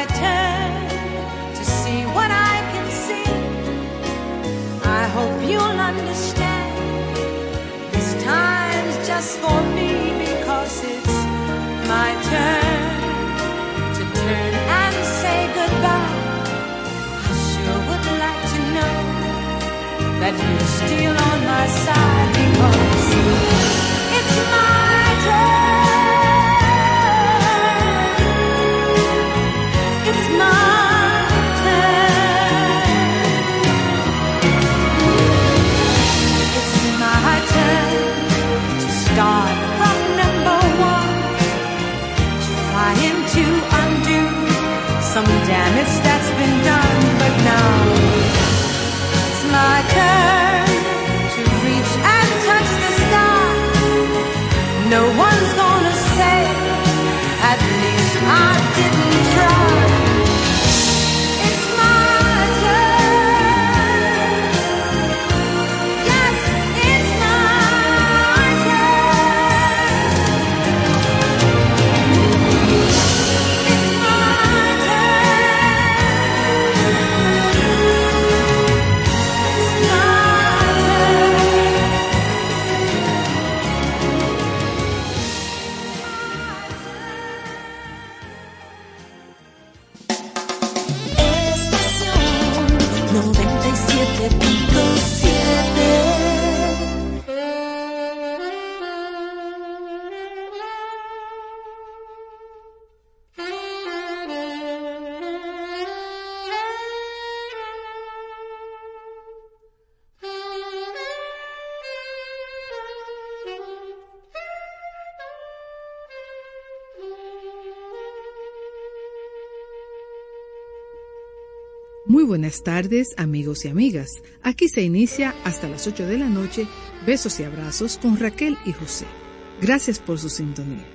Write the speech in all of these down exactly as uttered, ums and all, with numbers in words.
my turn to see what I can see. I hope you'll understand. This time's just for me because it's my turn to turn and say goodbye. I sure would like to know that you're still on my side because it's my turn. It's my turn. It's my turn to start from number one, to try and to undo some damage that's been done. But now it's my turn to reach and touch the sky. No one's gonna say, at least I didn't try. It's my turn. Yes, it's my turn. It's my turn. It's my noventa y siete punto siete. Muy buenas tardes, amigos y amigas. Aquí se inicia hasta las ocho de la noche, Besos y Abrazos con Raquel y José. Gracias por su sintonía.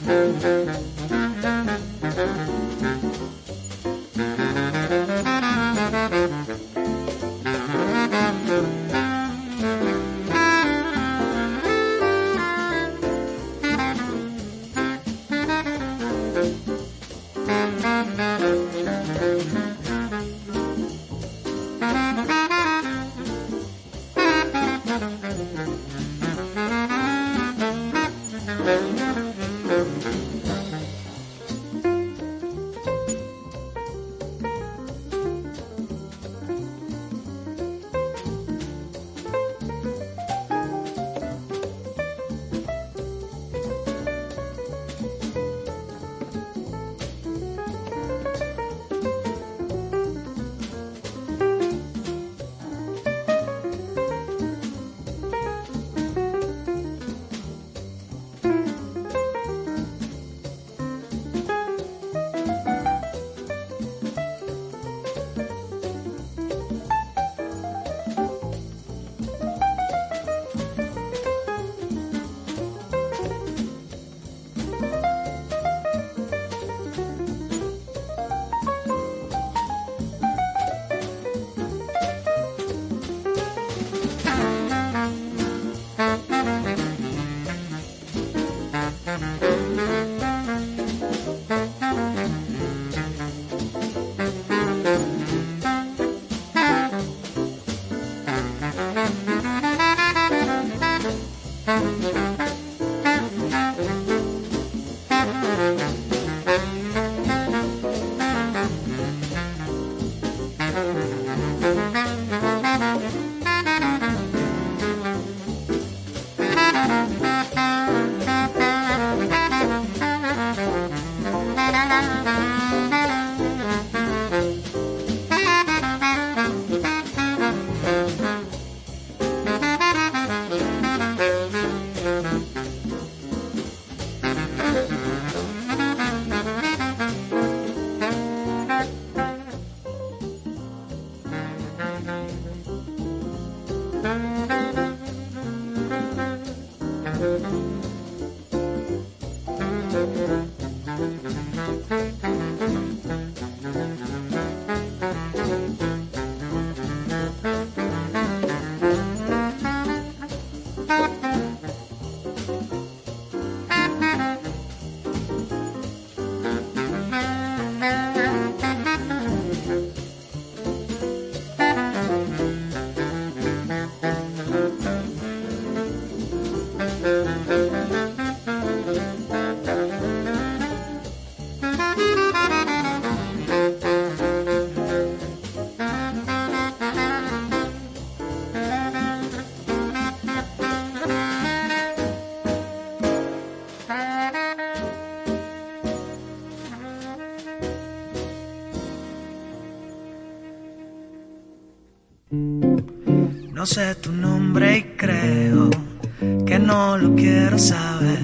No sé tu nombre y creo que no lo quiero saber.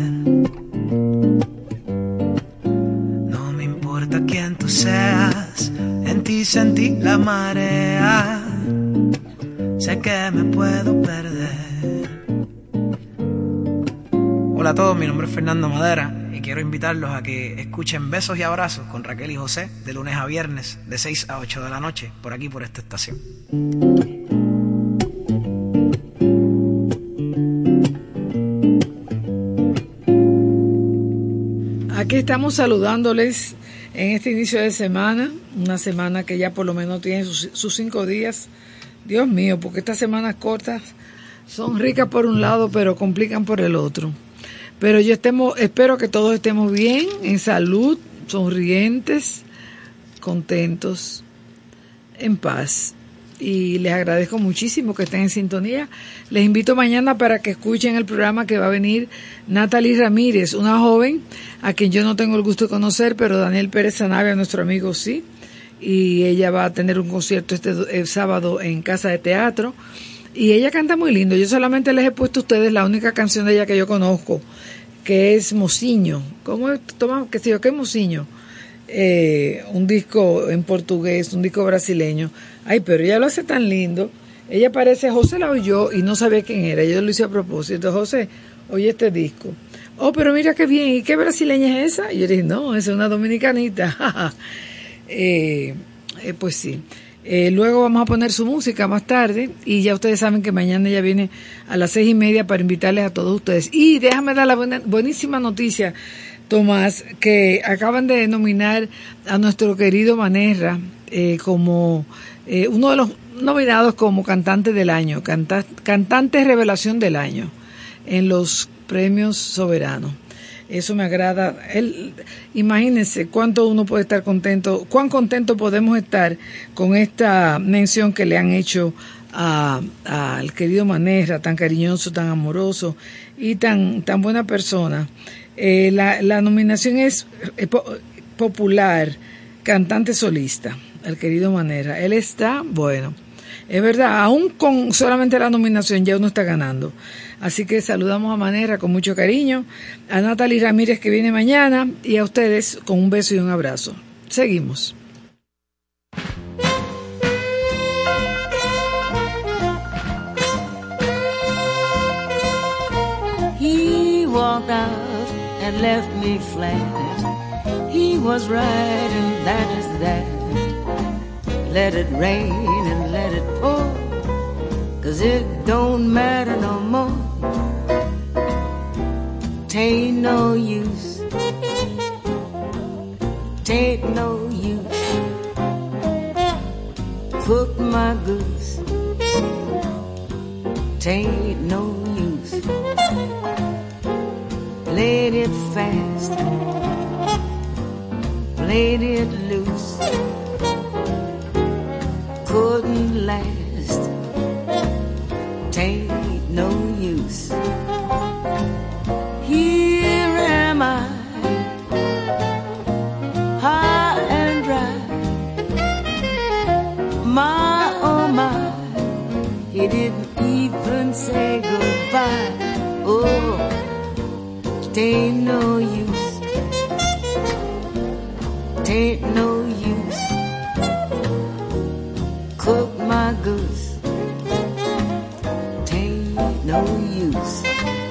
No me importa quién tú seas, en ti sentí la marea. Sé que me puedo perder. Hola a todos, mi nombre es Fernando Madera y quiero invitarlos a que escuchen Besos y Abrazos con Raquel y José de lunes a viernes de seis a ocho de la noche por aquí por esta estación. Aquí estamos saludándoles en este inicio de semana, una semana que ya por lo menos tiene sus, sus cinco días. Dios mío, porque estas semanas cortas son ricas por un lado, pero complican por el otro. Pero yo estemos, espero que todos estemos bien, en salud, sonrientes, contentos, en paz. Y les agradezco muchísimo que estén en sintonía. Les invito mañana para que escuchen el programa que va a venir Natalie Ramírez, una joven a quien yo no tengo el gusto de conocer, pero Daniel Pérez Sanabria, nuestro amigo, sí. Y ella va a tener un concierto este el sábado en Casa de Teatro. Y ella canta muy lindo. Yo solamente les he puesto a ustedes la única canción de ella que yo conozco, que es Mociño. ¿Cómo es? Toma, qué sé yo, ¿qué es Mociño? Eh, un disco en portugués, un disco brasileño. Ay, pero ella lo hace tan lindo. Ella parece, José la oyó y no sabía quién era. Yo lo hice a propósito. José, oye este disco. Oh, pero mira qué bien, ¿y qué brasileña es esa? Y yo dije, no, esa es una dominicanita. eh, eh, pues sí. Eh, luego vamos a poner su música más tarde y ya ustedes saben que mañana ella viene a las seis y media para invitarles a todos ustedes. Y déjame dar la buena, buenísima noticia, Tomás, que acaban de nominar a nuestro querido Manerra eh, como eh, uno de los nominados como cantante del año, canta, cantante revelación del año en los premios soberanos. Eso me agrada. Él, imagínense cuánto uno puede estar contento, cuán contento podemos estar con esta mención que le han hecho a, a, al querido Manerra, tan cariñoso, tan amoroso y tan, tan buena persona. Eh, la, la nominación es eh, po, popular, cantante solista, al querido Manerra. Él está, bueno, es verdad, aún con solamente la nominación ya uno está ganando. Así que saludamos a Manerra con mucho cariño, a Natalie Ramírez que viene mañana y a ustedes con un beso y un abrazo. Seguimos. He walked out and left me flat. He was right and that is that. Let it rain and let it pour, 'cause it don't matter no more. Tain't no use, tain't no use. Cook my goose, tain't no use. Played it fast, played it loose. Couldn't last, tain't no use. Here am I, high and dry. My, oh my, he didn't even say goodbye. Oh, tain't no use, tain't no use. Cook my goose, tain't no use.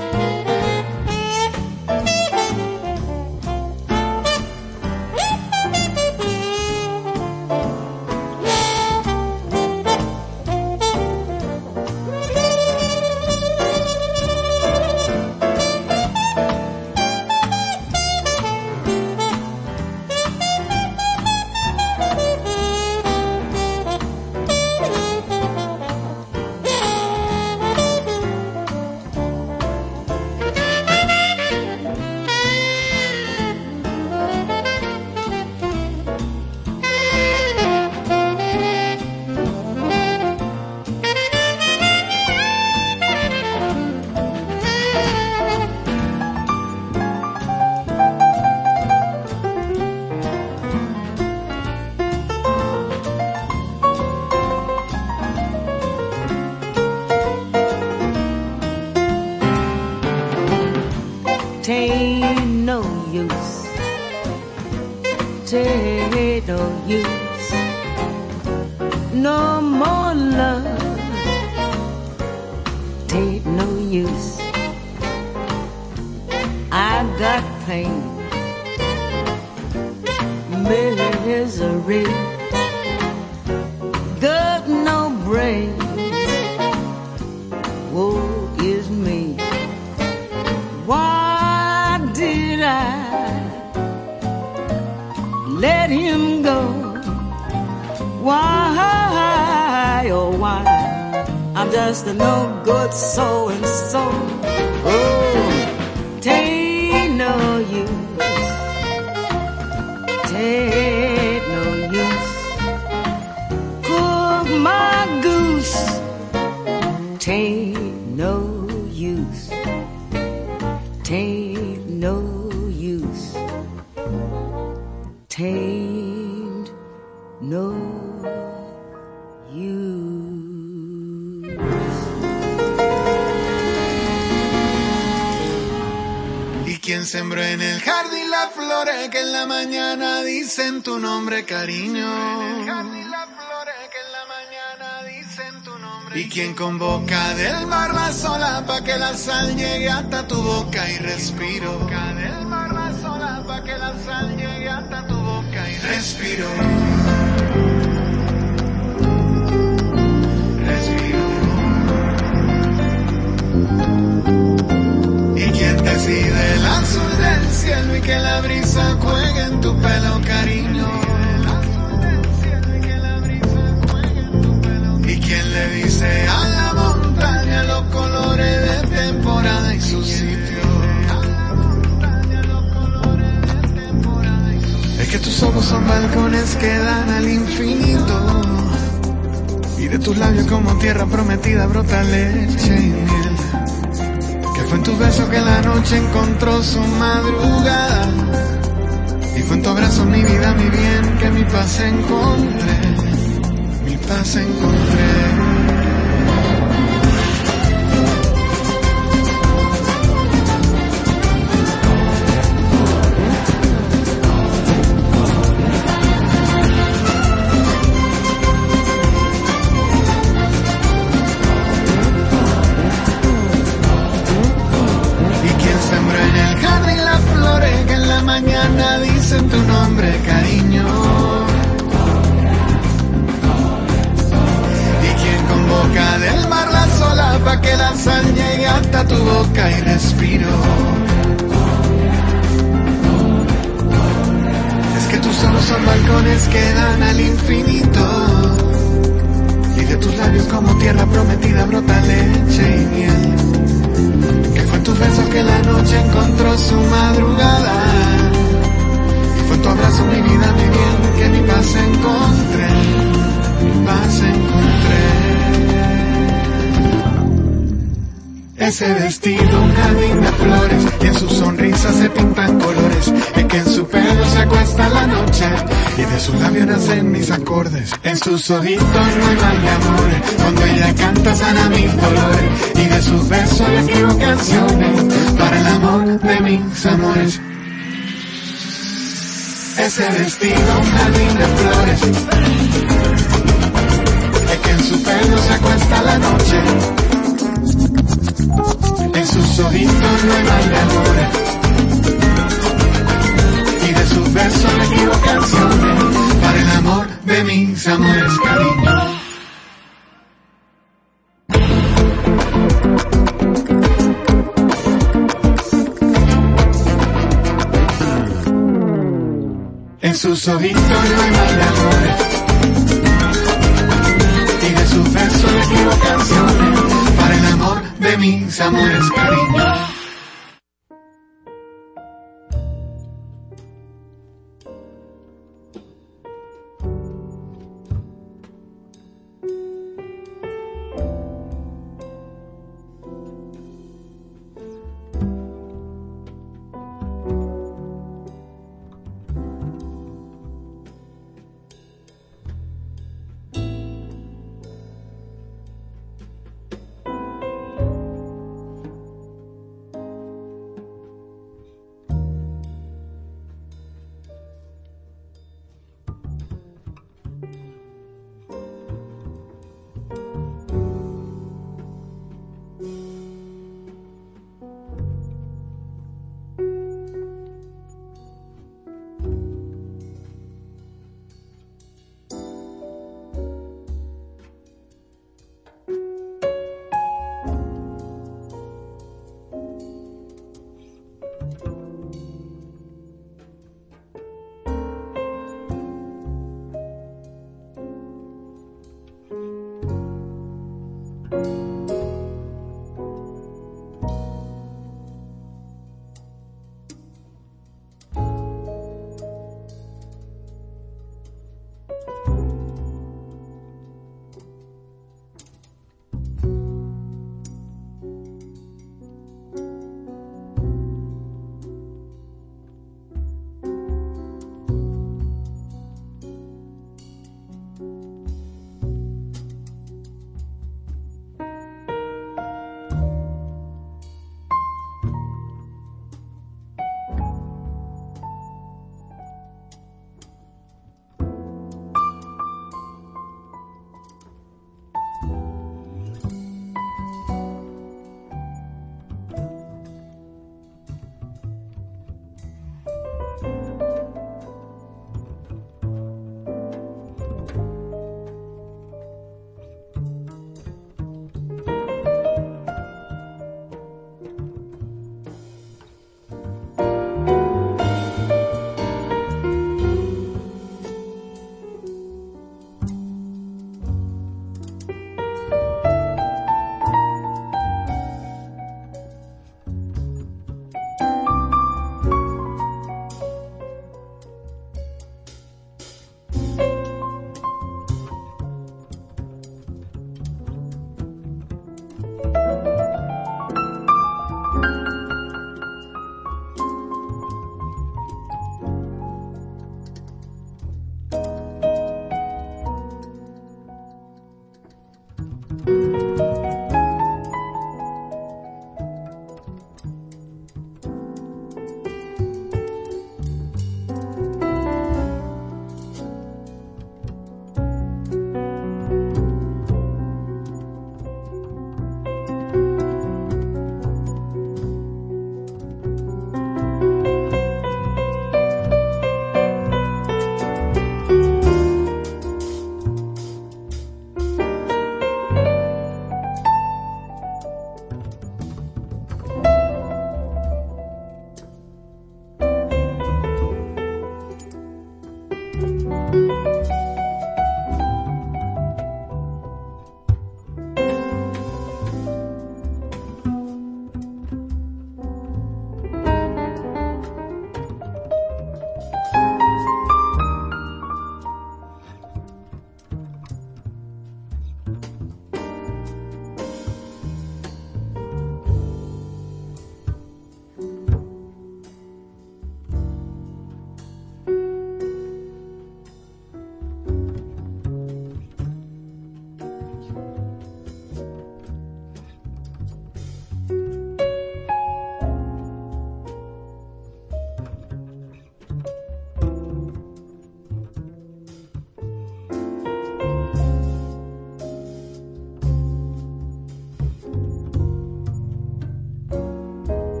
Tain't no use, tain't no use. No more love, tain't no use. I got pain, misery, got no brains. Woe is me. Why did I let him go? Why, oh why? I'm just a no good so and so. Oh, tain't no use, tain't no use. Cook my goose, tain't no use, tain't no use, tain't no use. Y quien sembró en el jardín las flores que en la mañana dicen tu nombre, cariño. Y quien convoca del mar la sola pa' que la sal llegue hasta tu boca y respiro. Convoca del mar la sola pa' que la sal llegue hasta tu boca y respiro. Respiro. Y quien decide el azul del cielo y que la brisa juegue en tu pelo, cariño. ¿Quién le dice a la montaña los colores de temporada y su sitio? Es que tus ojos son balcones que dan al infinito, y de tus labios como tierra prometida brota leche y miel. Que fue en tus besos que la noche encontró su madrugada, y fue en tu abrazo mi vida, mi bien, que mi paz encontré. Mi paz encontré. Y quien sembró en el jardín las flores que en la mañana dicen tu nombre, cariño. Boca del mar la sola pa' que la sal llegue hasta tu boca y respiro. Es que tus ojos son balcones que dan al infinito, y de tus labios como tierra prometida brota leche y miel. Que fue en tus besos que la noche encontró su madrugada, y fue en tu abrazo mi vida, mi bien, que mi paz encontré. Mi paz encontré. Ese vestido, un jardín de flores, y en su sonrisa se pintan colores. Es que en su pelo se acuesta la noche, y de sus labios nacen mis acordes. En sus ojitos no hay mal de amores, cuando ella canta sana mis dolores. Y de sus besos le escribo canciones para el amor de mis amores. Ese vestido, un jardín de flores, es que en su pelo se acuesta la noche. En sus ojitos no hay mal de amores, y de sus besos le escribo canciones para el amor de mis amores, cariño. En sus ojitos no hay mal de amores, y de sus besos le escribo canciones para el amor de mis amores, cariño.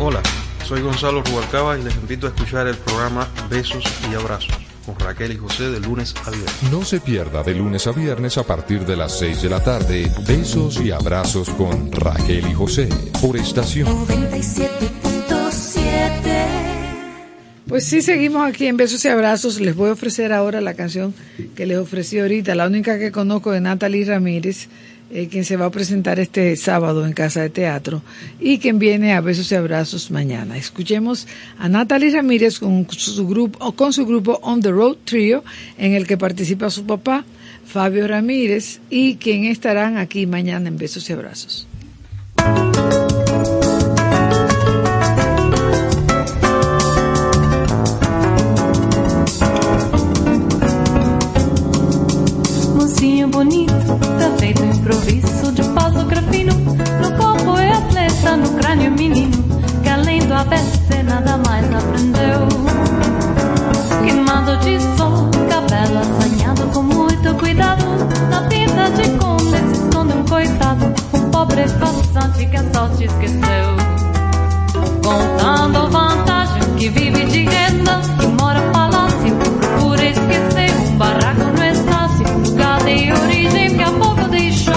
Hola, soy Gonzalo Rubalcaba y les invito a escuchar el programa Besos y Abrazos con Raquel y José de lunes a viernes. No se pierda de lunes a viernes a partir de las seis de la tarde Besos y Abrazos con Raquel y José por estación noventa y siete punto siete. Pues sí, seguimos aquí en Besos y Abrazos. Les voy a ofrecer ahora la canción que les ofrecí ahorita, la única que conozco de Natalie Ramírez, eh, quien se va a presentar este sábado en Casa de Teatro y quien viene a Besos y Abrazos mañana. Escuchemos a Natalie Ramírez con su grupo, o con su grupo On the Road Trio, en el que participa su papá, Fabio Ramírez, y quien estarán aquí mañana en Besos y Abrazos. Mocinho bonito, perfeito improviso de passo grafino. No corpo é atleta, no crânio menino, que além do A B C nada mais aprendeu. Queimado de sol, cabelo assanhado com muito cuidado. Na tinta de conde se esconde um coitado, um pobre farsante que a sorte esqueceu. Contando vantagem que vive de renda e mora palácio, por esquecer um barraco no estácio, lugar de origem que a pouco deixou.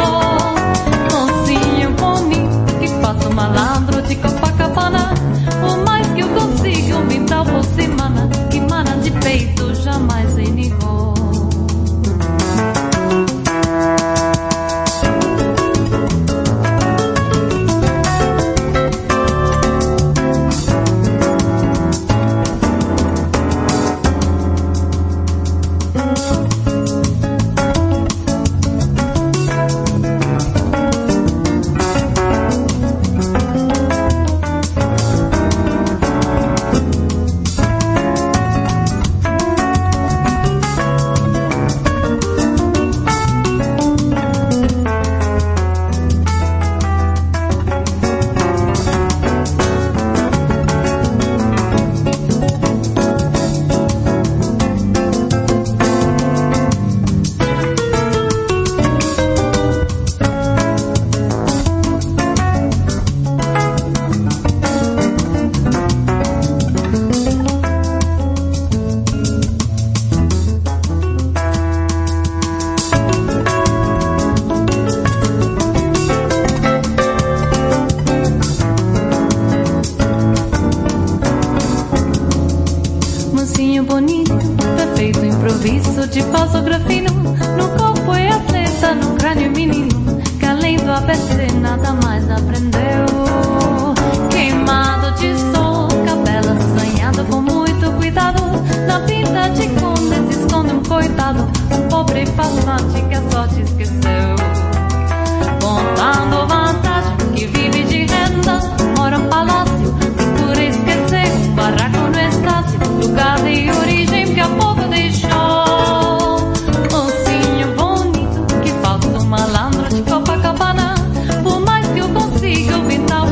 Mocinho bonito que faça o malandro de Copacabana, por mais que eu consiga um vintal por semana, que mana de peito jamais se negou. Malandro de Copacabana, por mais que eu consiga o vintal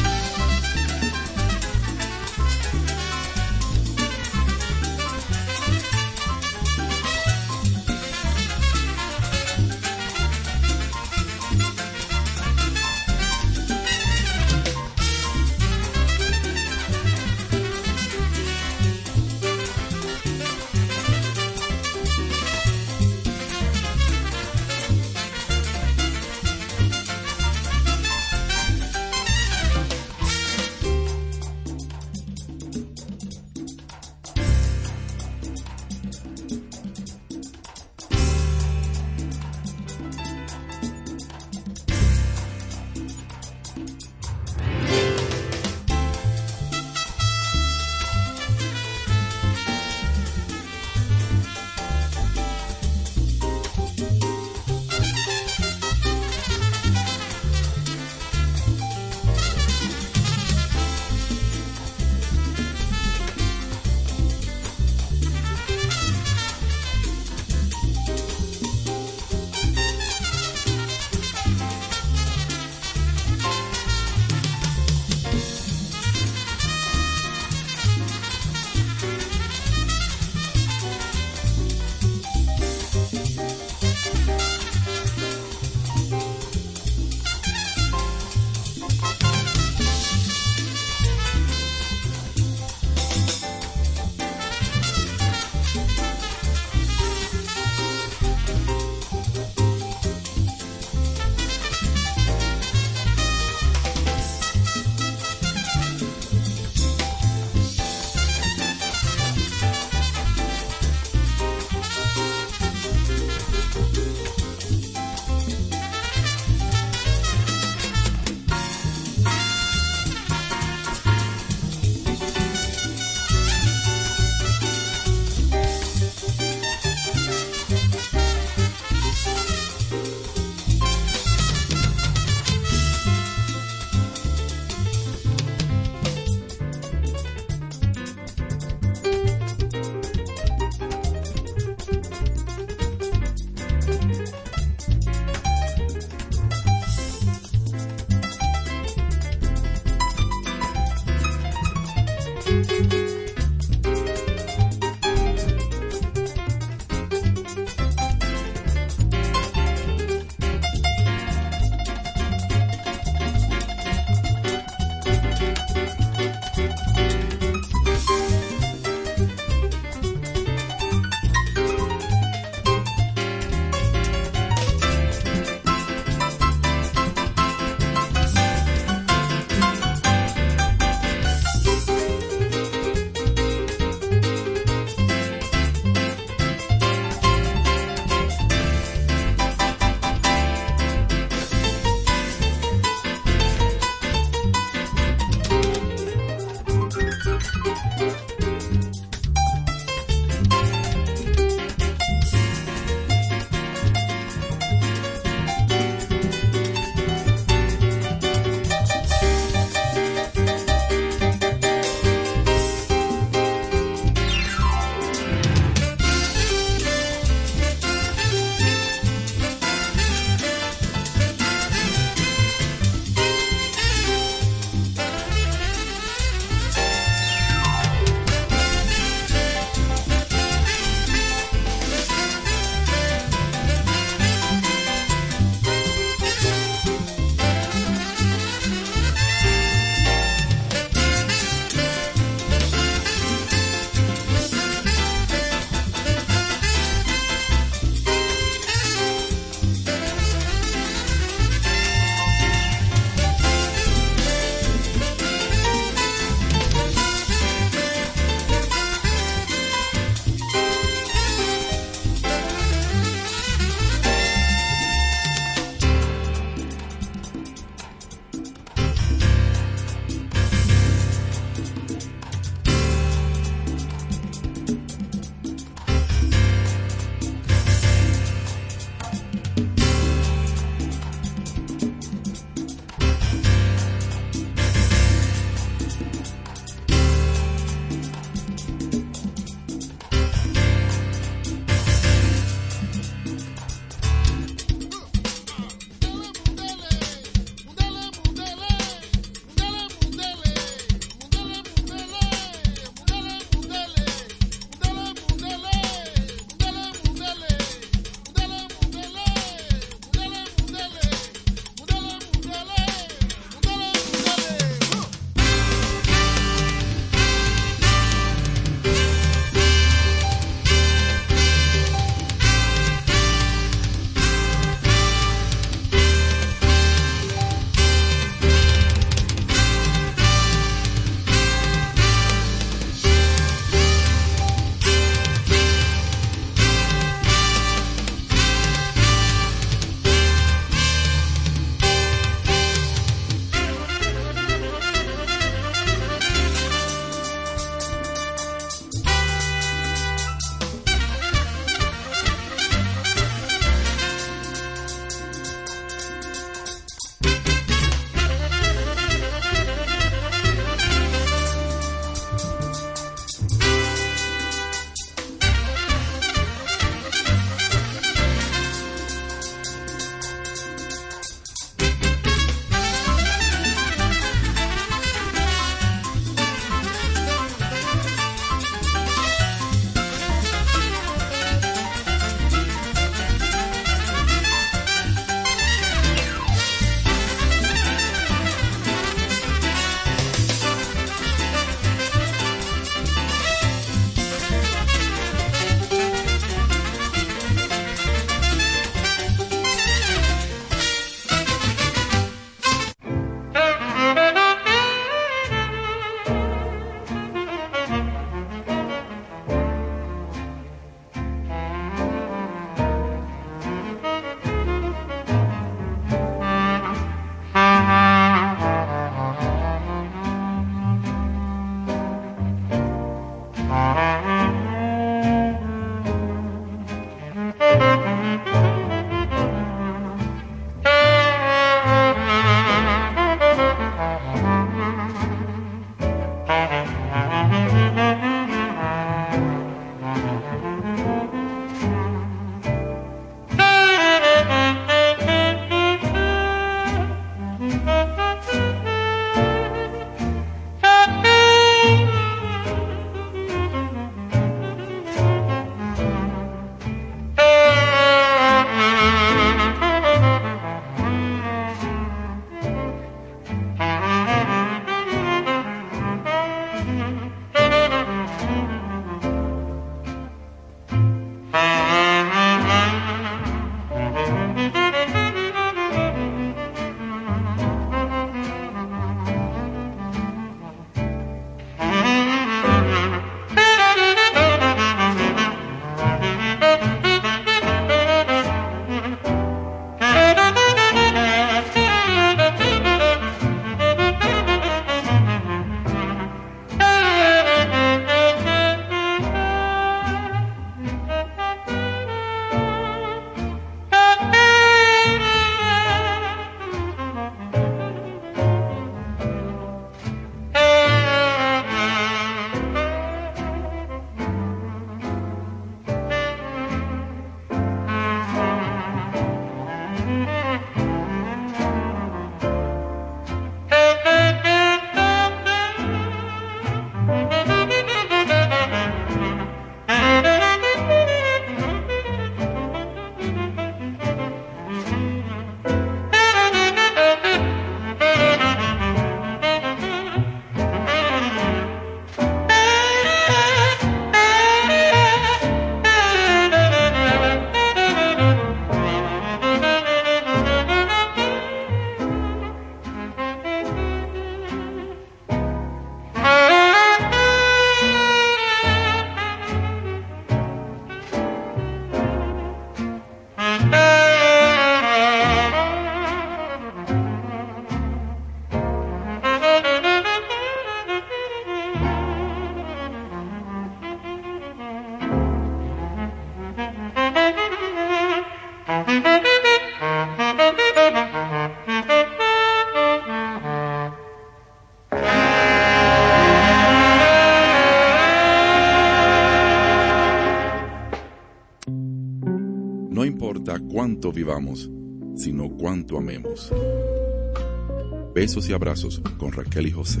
importa cuánto vivamos, sino cuánto amemos. Besos y abrazos con Raquel y José.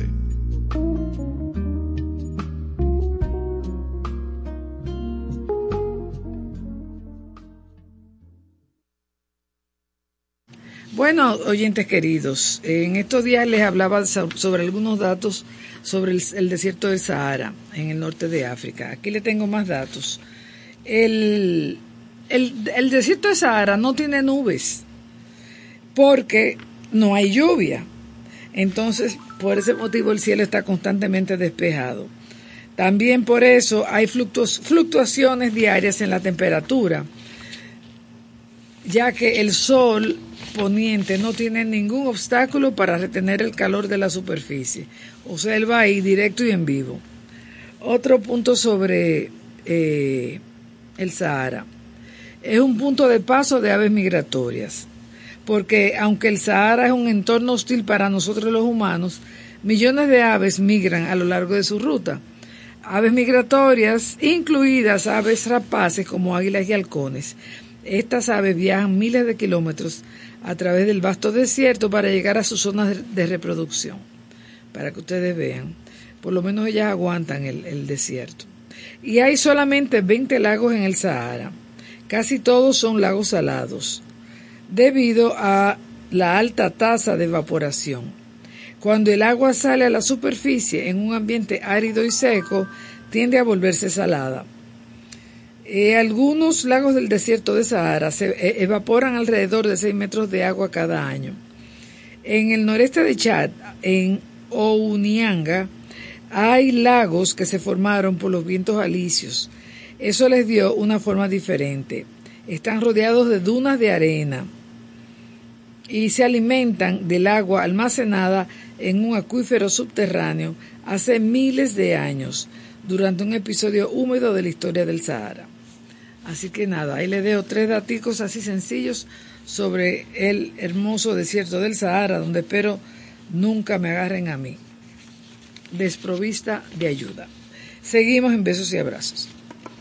Bueno, oyentes queridos, en estos días les hablaba sobre algunos datos sobre el, el desierto del Sahara, en el norte de África. Aquí le tengo más datos. El, el, el desierto del Sahara no tiene nubes porque no hay lluvia. Entonces, por ese motivo el cielo está constantemente despejado. También por eso hay fluctuaciones diarias en la temperatura, ya que el sol poniente no tiene ningún obstáculo para retener el calor de la superficie. O sea, él va ahí directo y en vivo. Otro punto sobre eh, el Sahara. Es un punto de paso de aves migratorias, porque aunque el Sahara es un entorno hostil para nosotros los humanos, millones de aves migran a lo largo de su ruta. Aves migratorias, incluidas aves rapaces como águilas y halcones. Estas aves viajan miles de kilómetros a través del vasto desierto para llegar a sus zonas de reproducción, para que ustedes vean. Por lo menos ellas aguantan el, el desierto. Y hay solamente veinte lagos en el Sahara. Casi todos son lagos salados, debido a la alta tasa de evaporación. Cuando el agua sale a la superficie en un ambiente árido y seco, tiende a volverse salada. Eh, algunos lagos del desierto de Sahara se eh, evaporan alrededor de seis metros de agua cada año. En el noreste de Chad, en Ounianga, hay lagos que se formaron por los vientos alisios. Eso les dio una forma diferente. Están rodeados de dunas de arena y se alimentan del agua almacenada en un acuífero subterráneo hace miles de años, durante un episodio húmedo de la historia del Sahara. Así que nada, ahí les dejo tres daticos así sencillos sobre el hermoso desierto del Sahara, donde espero nunca me agarren a mí, desprovista de ayuda. Seguimos en besos y abrazos.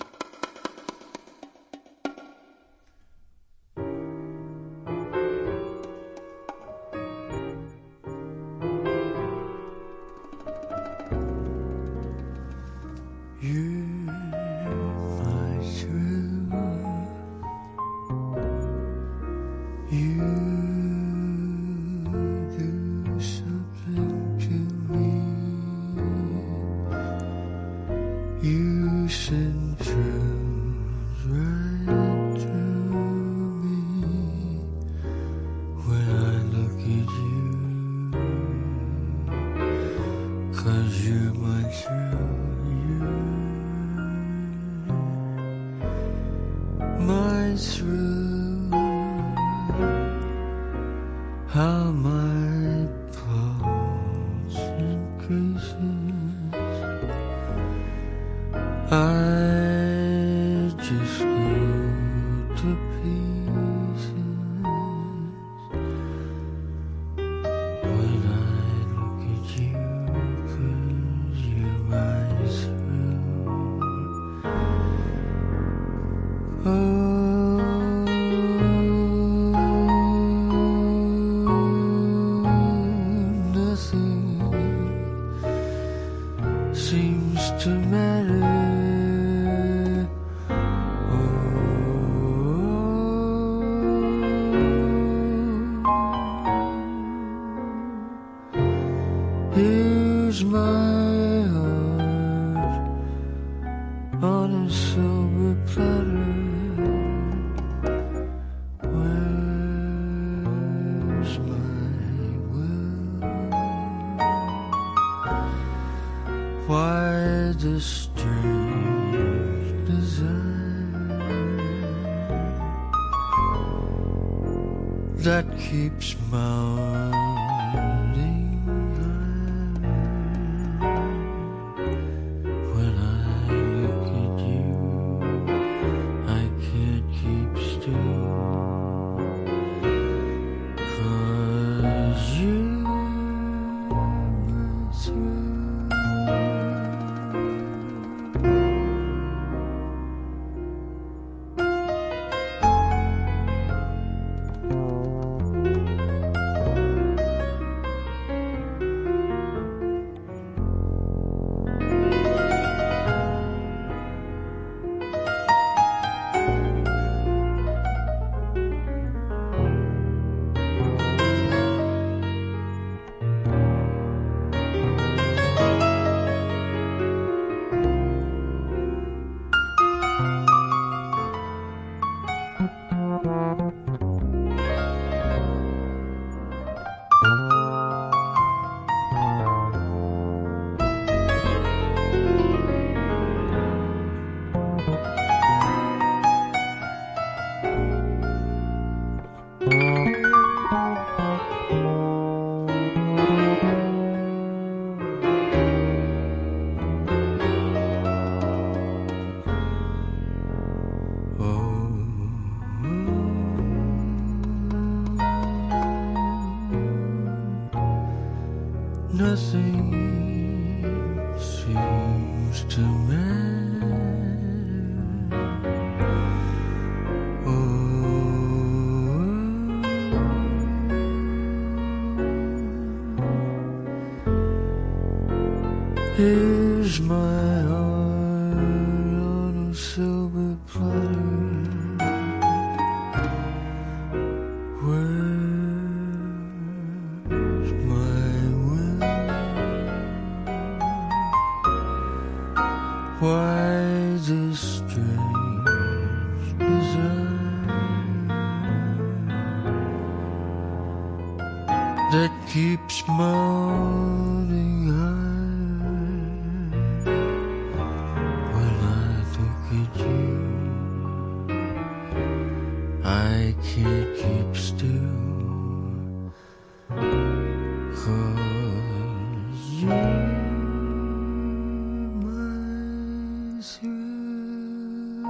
That keeps mounting high. When I look at you, I can't keep still, 'cause you're my thrill. Here's my heart on a silver platter. Where's my will? Why this strange desire that keeps mounting high? I can't keep still, 'cause you're my thrill.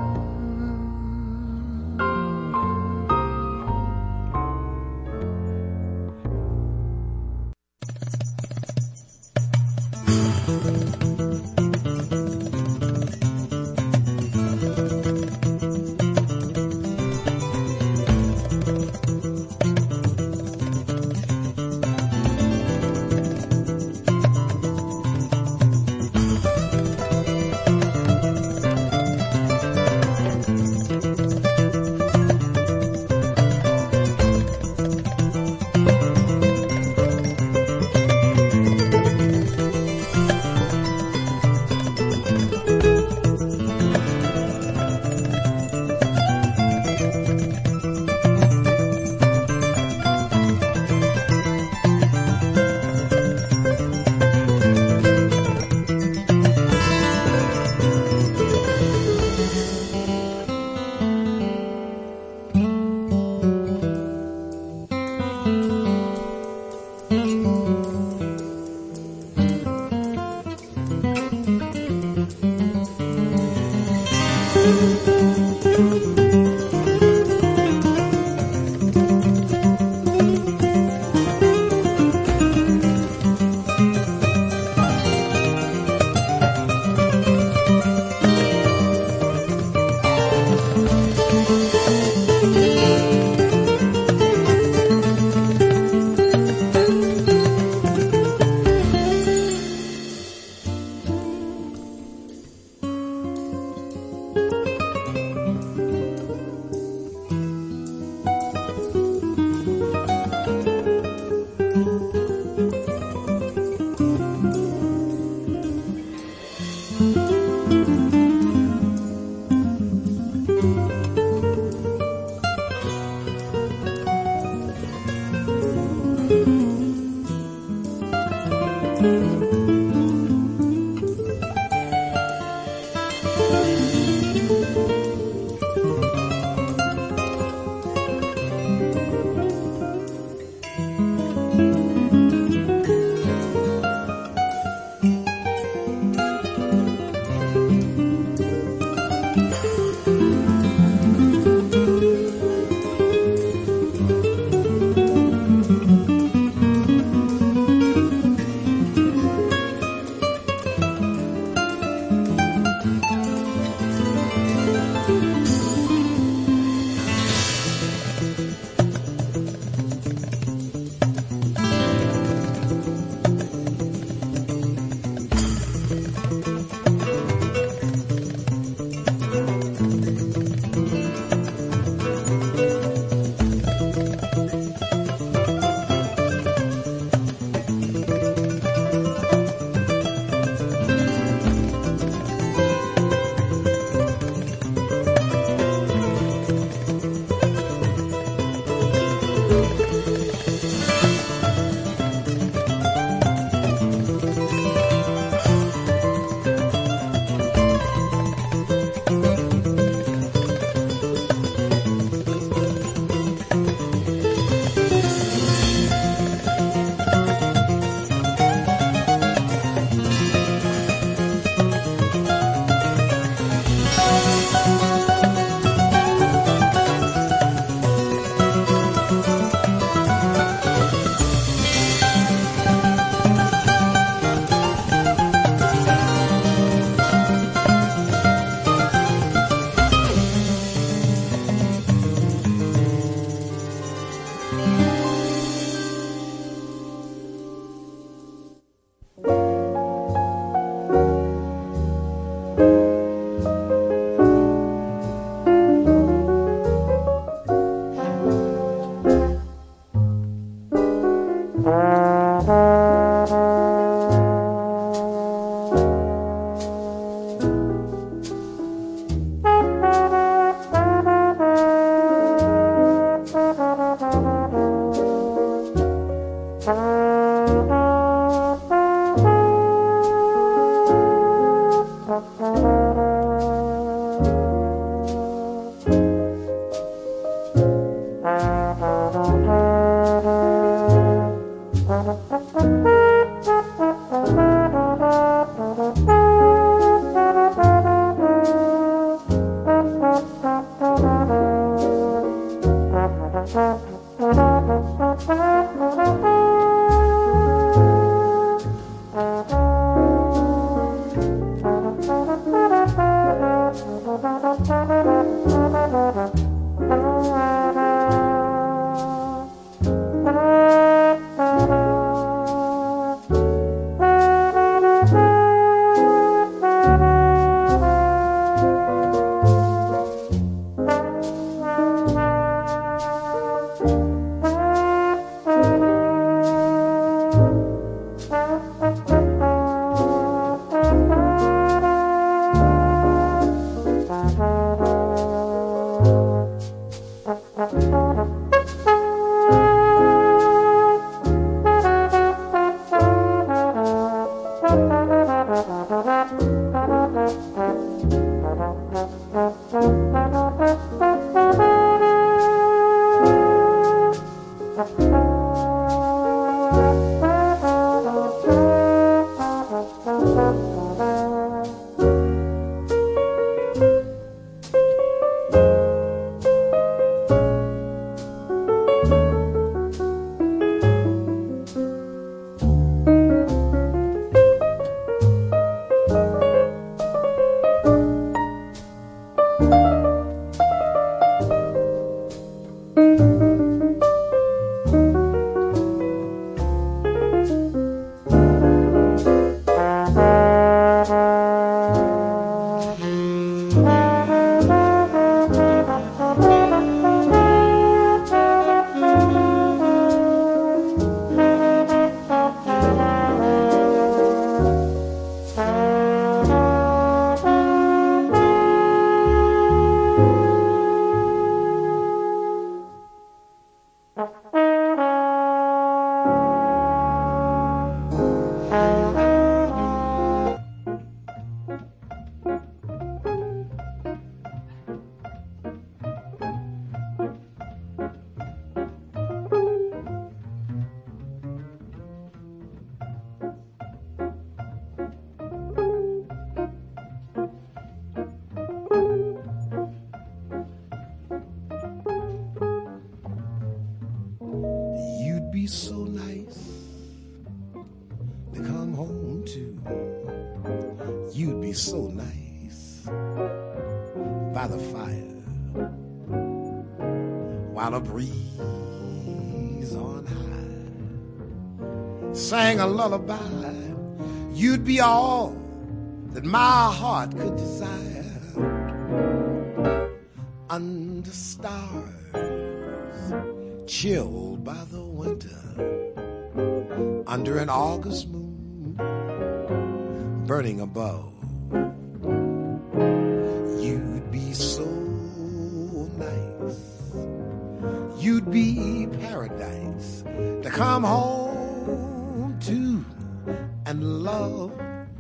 Sang a lullaby, you'd be all that my heart could desire. Under stars, chilled by the winter, under an August moon, burning above, you'd be so nice. You'd be paradise to come home to and love.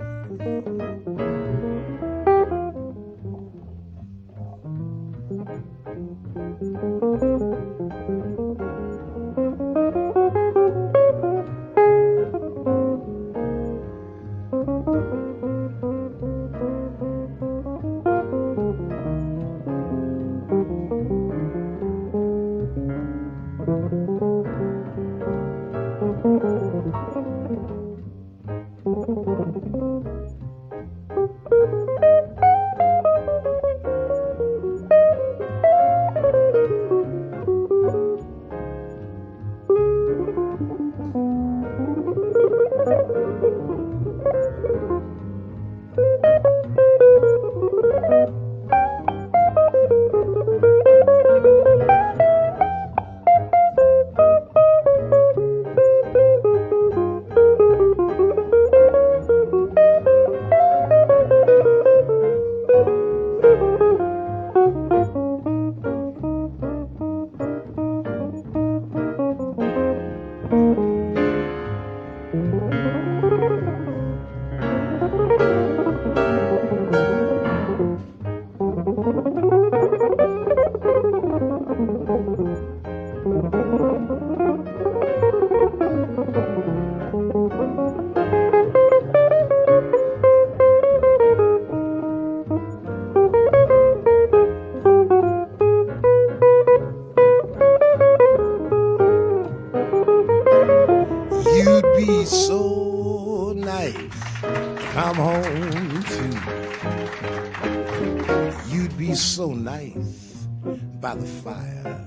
By the fire,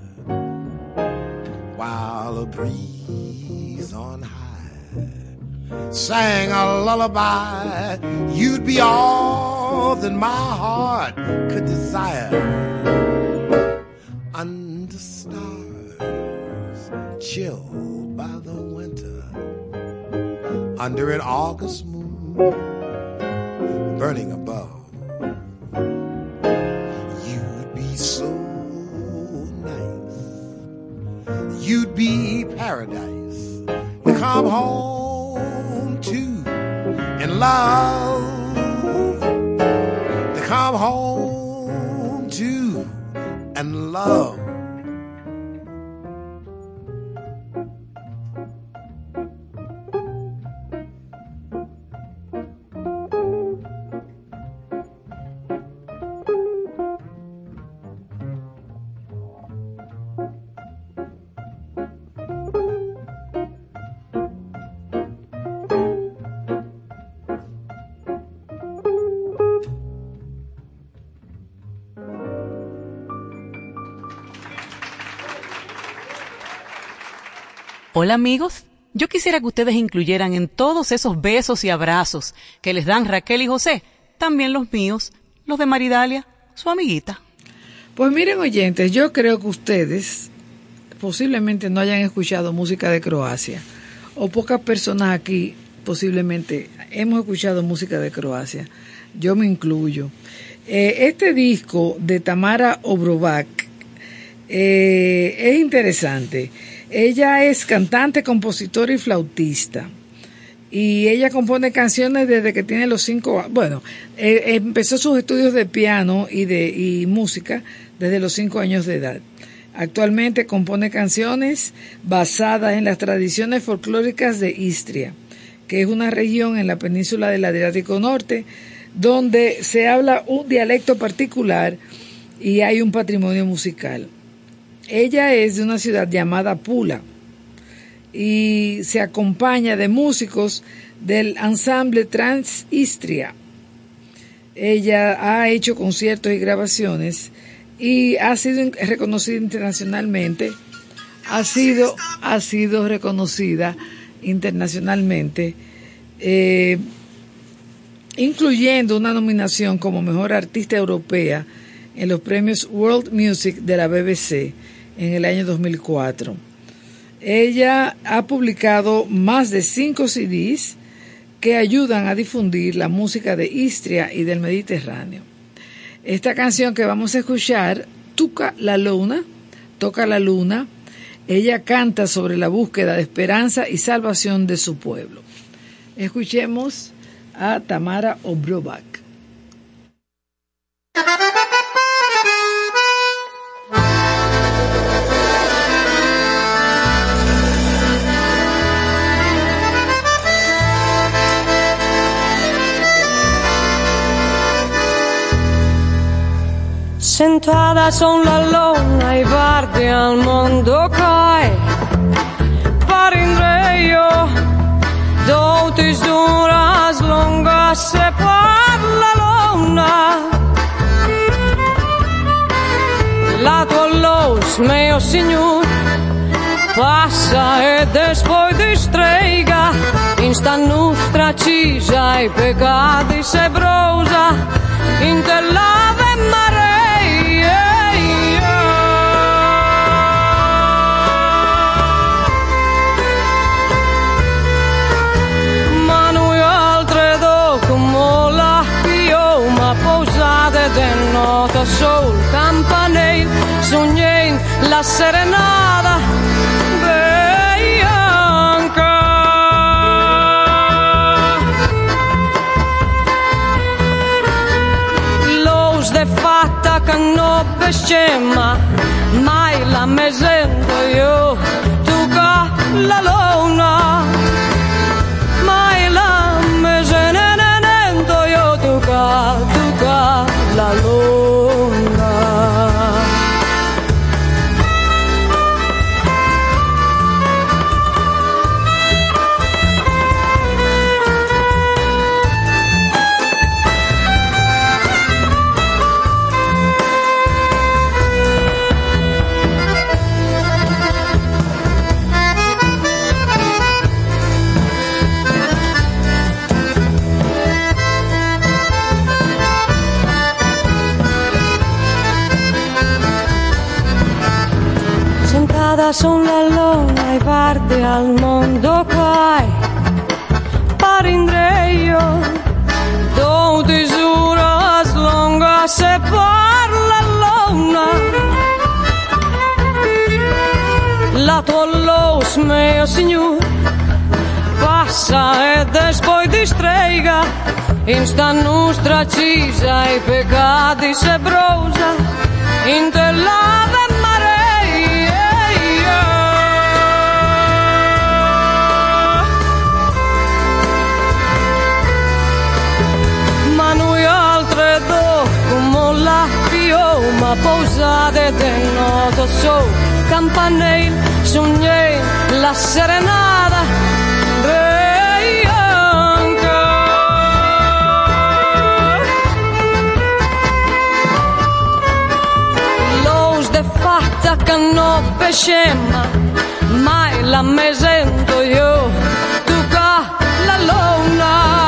while a breeze on high sang a lullaby, you'd be all that my heart could desire. Under stars, chilled by the winter, under an August moon, burning above, you'd be so you'd be paradise to come home to and love, to come home to and love. Hola amigos, yo quisiera que ustedes incluyeran en todos esos besos y abrazos que les dan Raquel y José, también los míos, los de Maridalia, su amiguita. Pues miren oyentes, yo creo que ustedes posiblemente no hayan escuchado música de Croacia, o pocas personas aquí posiblemente hemos escuchado música de Croacia, yo me incluyo. Eh, este disco de Tamara Obrovac eh, es interesante. Ella es cantante, compositora y flautista. Y ella compone canciones desde que tiene los cinco años. Bueno, eh, empezó sus estudios de piano y de y música desde los cinco años de edad. Actualmente compone canciones basadas en las tradiciones folclóricas de Istria, que es una región en la península del Adriático Norte, donde se habla un dialecto particular y hay un patrimonio musical. Ella es de una ciudad llamada Pula y se acompaña de músicos del ensamble Transistria. Ella ha hecho conciertos y grabaciones y ha sido reconocida internacionalmente. Ha sido, ha sido reconocida internacionalmente, eh, incluyendo una nominación como Mejor Artista Europea en los premios World Music de la B B C en el año dos mil cuatro. Ella ha publicado más de cinco C Ds que ayudan a difundir la música de Istria y del Mediterráneo. Esta canción que vamos a escuchar, Toca la Luna, Toca la Luna, ella canta sobre la búsqueda de esperanza y salvación de su pueblo. Escuchemos a Tamara Obrovac. Sentada son la luna e guardi al mondo cai parindreio douti duras longas se parla luna la tua luz meu signor passa e depois distraiga insta nostra cisa e peccati se brosa in te lave mare. De nota sul campanile sognei la serenata bianca los de fatta che non bescemma mai la me sento io tu ca la luna mai la me sento io tu ca tu ca la luna. Son la luna e guardi al mondo cai parindreio douti duras longas se parla luna la tua luz mio signor passa e depois si strega in sta nostra cisa i peccati se brosa in te lave marea ma noi altre do come la pioma posate del noto so campanile sognei la serenata bianca los de fatta che non pescema mai la me sento io tu ca la luna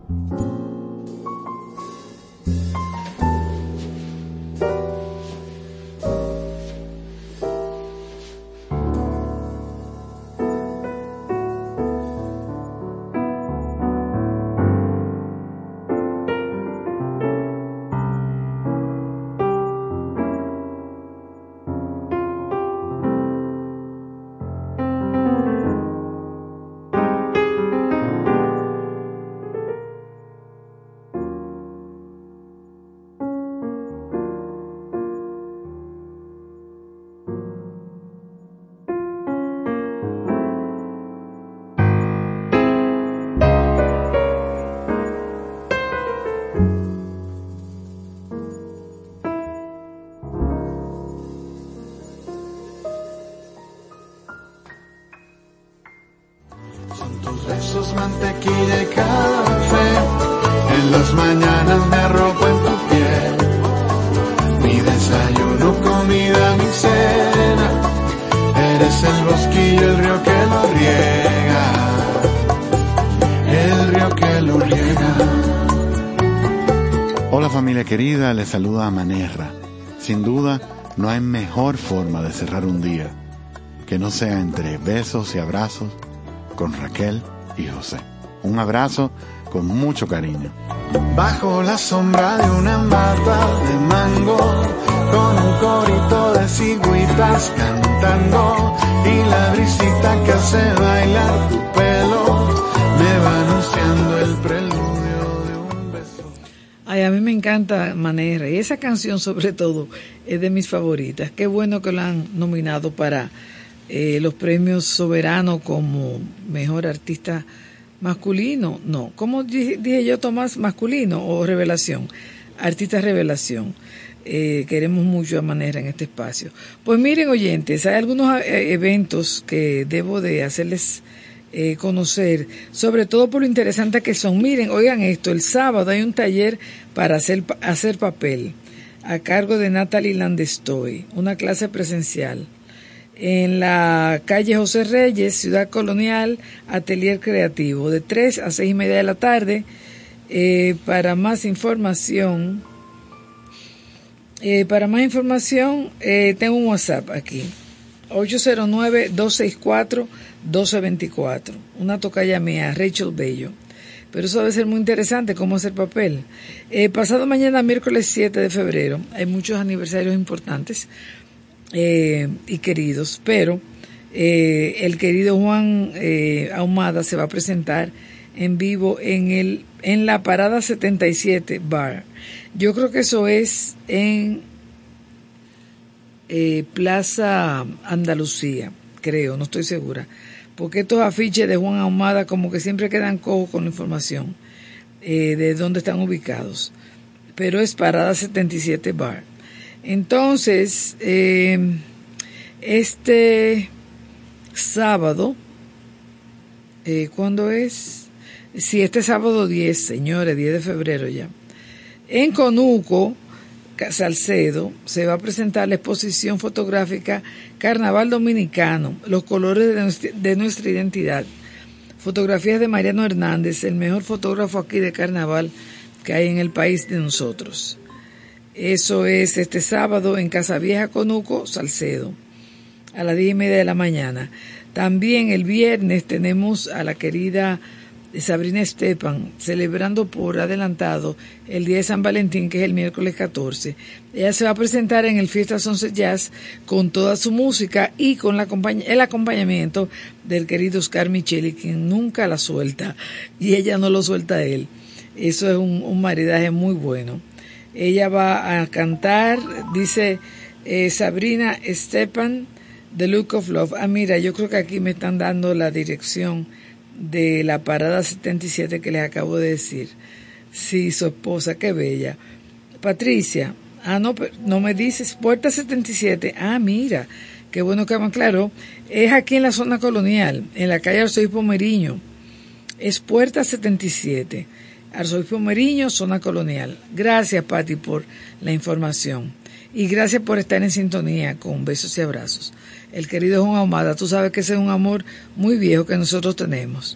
Besos, mantequilla y café, en las mañanas me arropo en tu piel. Mi desayuno, comida, mi cena, eres el bosquillo, el río que lo riega, el río que lo riega. Hola familia querida, les saluda a Manerra. Sin duda, no hay mejor forma de cerrar un día que no sea entre besos y abrazos con Raquel y José. Un abrazo con mucho cariño. Bajo la sombra de una mata de mango, con un corito de cigüitas cantando, y la brisita que hace bailar tu pelo me va anunciando el preludio de un beso. Ay, a mí me encanta Manerra, y esa canción sobre todo es de mis favoritas. Qué bueno que la han nominado para Eh, los premios soberanos como mejor artista masculino, no, ¿cómo dije, dije yo, Tomás? Masculino o revelación, artista revelación. Eh, queremos mucho a Manerra en este espacio. Pues miren, oyentes, hay algunos eh, eventos que debo de hacerles eh, conocer, sobre todo por lo interesante que son. Miren, oigan esto, el sábado hay un taller para hacer, hacer papel a cargo de Natalie Landestoy, una clase presencial en la calle José Reyes, Ciudad Colonial, Atelier Creativo, de tres a seis y media de la tarde. Eh, para más información, eh, para más información, eh, tengo un WhatsApp aquí, ocho cero nueve, dos seis cuatro, uno dos dos cuatro, una tocaya mía, Rachel Bello. Pero eso debe ser muy interesante, cómo hacer papel. Eh, pasado mañana, miércoles siete de febrero, hay muchos aniversarios importantes, Eh, y queridos, pero eh, el querido Juan eh, Ahumada se va a presentar en vivo en el en la Parada setenta y siete Bar. Yo creo que eso es en eh, Plaza Andalucía, creo, no estoy segura, porque estos afiches de Juan Ahumada como que siempre quedan cojos con la información eh, de dónde están ubicados, pero es Parada setenta y siete Bar. Entonces, eh, este sábado, eh, ¿cuándo es? Sí, este sábado diez, señores, diez de febrero ya. En Conuco, Salcedo, se va a presentar la exposición fotográfica Carnaval Dominicano, los colores de nuestra, de nuestra identidad. Fotografías de Mariano Hernández, el mejor fotógrafo aquí de carnaval que hay en el país de nosotros. Eso es este sábado en Casa Vieja, Conuco, Salcedo, a las diez y media de la mañana. También el viernes tenemos a la querida Sabrina Estepan celebrando por adelantado el día de San Valentín, que es el miércoles catorce. Ella se va a presentar en el Fiestas Once Jazz con toda su música y con la acompañ- el acompañamiento del querido Oscar Micheli, quien nunca la suelta y ella no lo suelta a él. Eso es un, un maridaje muy bueno. Ella va a cantar, dice eh, Sabrina Estepan, The Look of Love. Ah, mira, yo creo que aquí me están dando la dirección de la Parada setenta y siete que les acabo de decir. Sí, su esposa, qué bella. Patricia, ah, no, no me dices, Puerta setenta y siete. Ah, mira, qué bueno que me aclaró. Es aquí en la zona colonial, en la calle Arzobispo Meriño. Es Puerta setenta y siete. Arzobispo Meriño, zona colonial. Gracias, Pati, por la información. Y gracias por estar en sintonía con Besos y Abrazos. El querido Juan Ahumada, tú sabes que ese es un amor muy viejo que nosotros tenemos.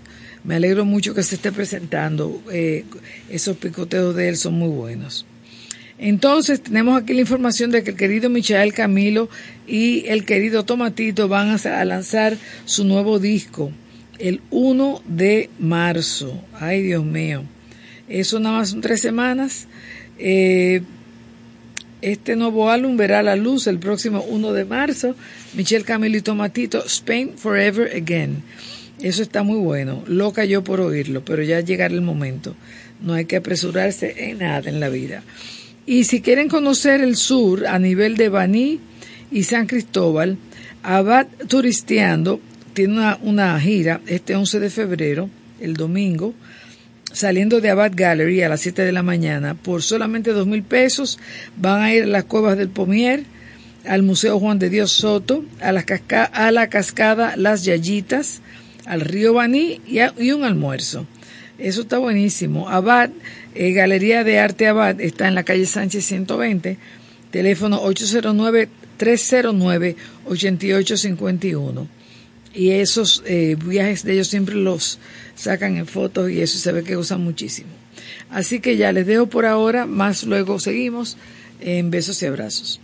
Me alegro mucho que se esté presentando. Eh, esos picoteos de él son muy buenos. Entonces, tenemos aquí la información de que el querido Michael Camilo y el querido Tomatito van a, a lanzar su nuevo disco el uno de marzo. Ay, Dios mío. Eso nada más son tres semanas. Eh, este nuevo álbum verá la luz el próximo uno de marzo. Michael Camilo y Tomatito, Spain Forever Again. Eso está muy bueno. Loca yo por oírlo, pero ya llegará el momento. No hay que apresurarse en nada en la vida. Y si quieren conocer el sur a nivel de Baní y San Cristóbal, Abad Turisteando tiene una, una gira este once de febrero, el domingo, saliendo de Abad Gallery a las siete de la mañana. Por solamente dos mil pesos van a ir a las Cuevas del Pomier, al Museo Juan de Dios Soto, a la, casca, a la cascada Las Yayitas, al río Baní y, a, y un almuerzo. Eso está buenísimo. Abad, eh, Galería de Arte Abad, está en la calle Sánchez ciento veinte, teléfono ocho cero nueve, tres cero nueve, ocho ocho cinco uno. Y esos eh, viajes de ellos siempre los sacan en fotos y eso se ve que usan muchísimo. Así que ya les dejo por ahora, más luego seguimos en Besos y Abrazos.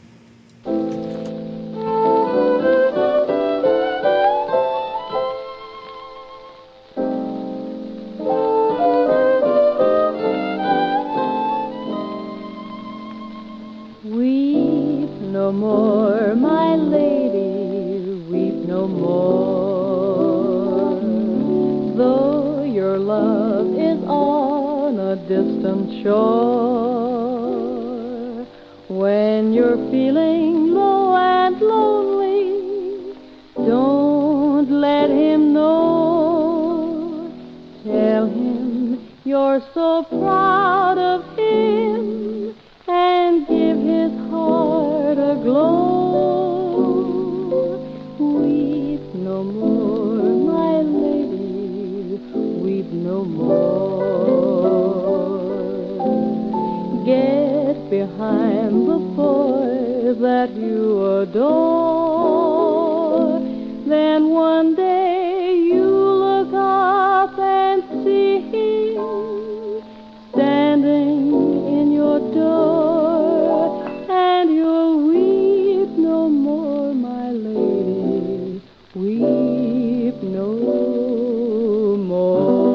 No more, my lady, weep no more. Though your love is on a distant shore, when you're feeling low and lonely, don't let him know. Tell him you're so proud of him and give his heart a glow. Weep no more, my lady, weep no more. Get behind the boy that you adore, then one day you look up and see him standing in your door, and you'll weep no more, my lady, weep no more.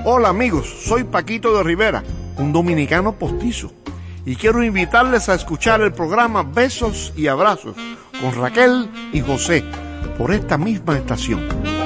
Hola amigos, soy Paquito de Rivera, un dominicano postizo, y quiero invitarles a escuchar el programa Besos y Abrazos con Raquel y José por esta misma estación.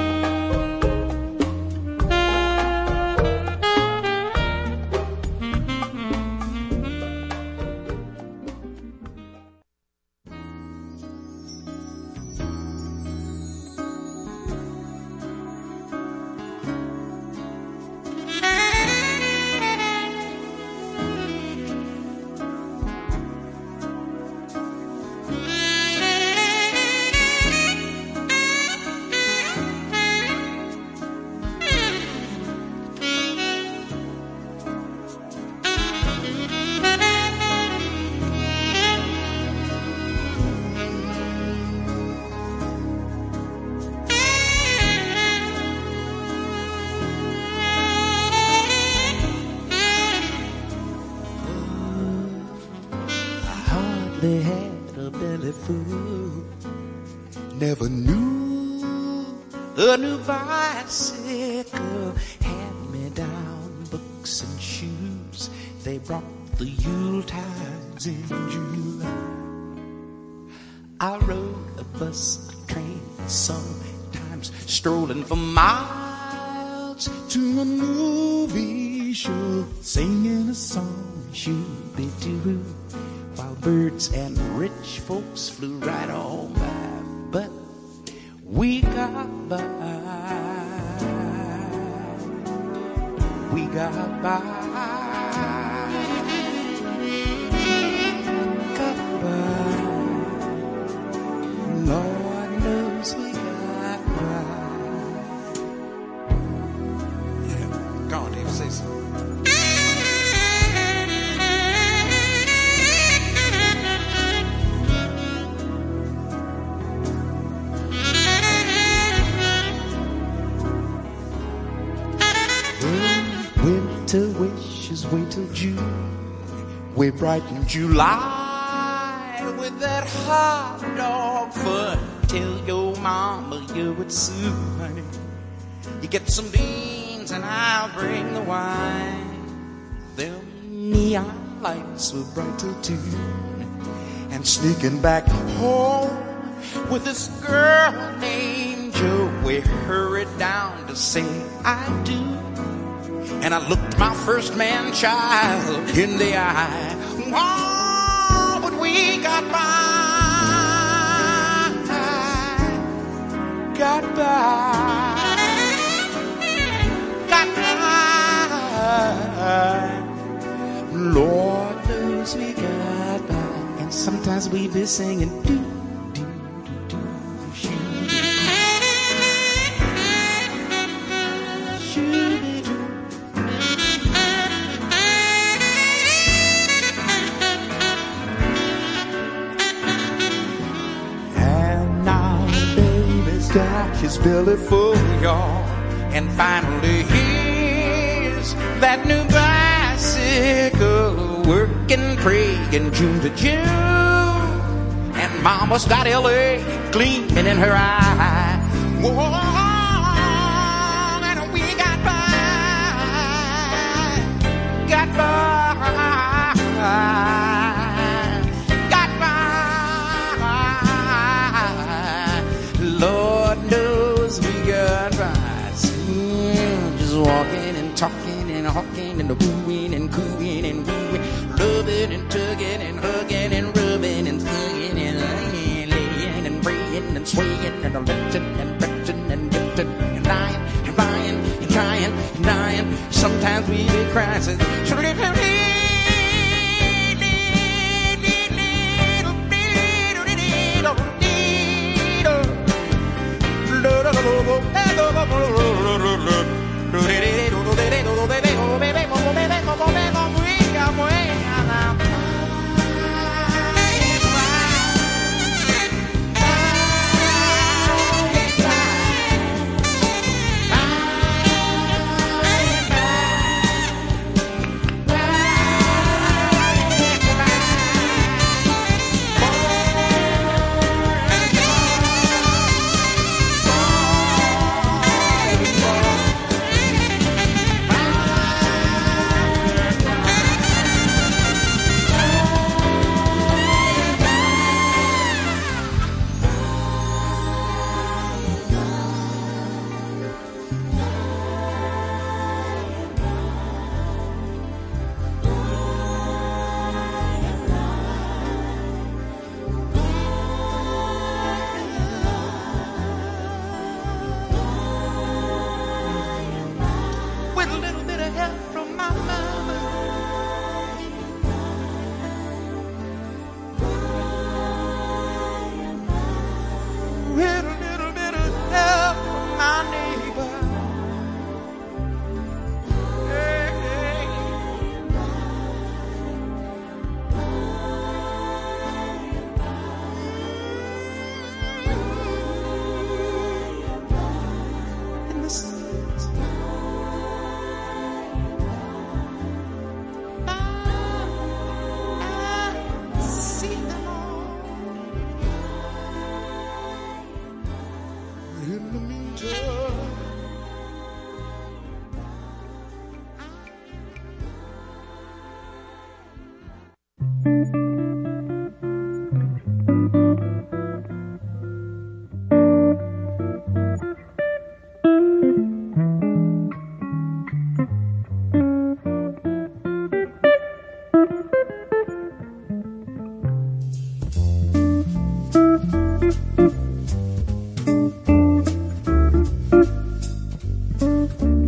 They had a belly full. Never knew a new bicycle hand me down books and shoes. They brought the Yuletides in July. I rode a bus, a train, sometimes strolling for miles to a movie show, singing a song, shoo-be-doo, while birds and rich folks flew right on by. But we got by, we got by, got by. Lord knows we got by. Yeah, go on, Dave, say something. Winter wishes wait till June. We brighten July with that hot dog fun. Tell your mama you're at Sue, honey. You get some beans and I'll bring the wine. Them neon lights were bright till two. And sneaking back home with this girl named Jo, we hurried down to say I do. And I looked my first man-child in the eye. Oh, but we got by, got by, got by. Lord knows we got by. And sometimes we be singing do, do, do, do, shoo. Got his belly full, y'all, and finally here's that new bicycle working, praying June to June, and Mama's got L A gleaming in her eye. Whoa, and we got by, got by. Walking and talking and hawking and wooing and cooing and wooing, loving and tugging and hugging and rubbing and hugging and laying, laying and praying and swaying and lifting and stretching and lifting and dying and buying and trying and dying. Sometimes we be crying, so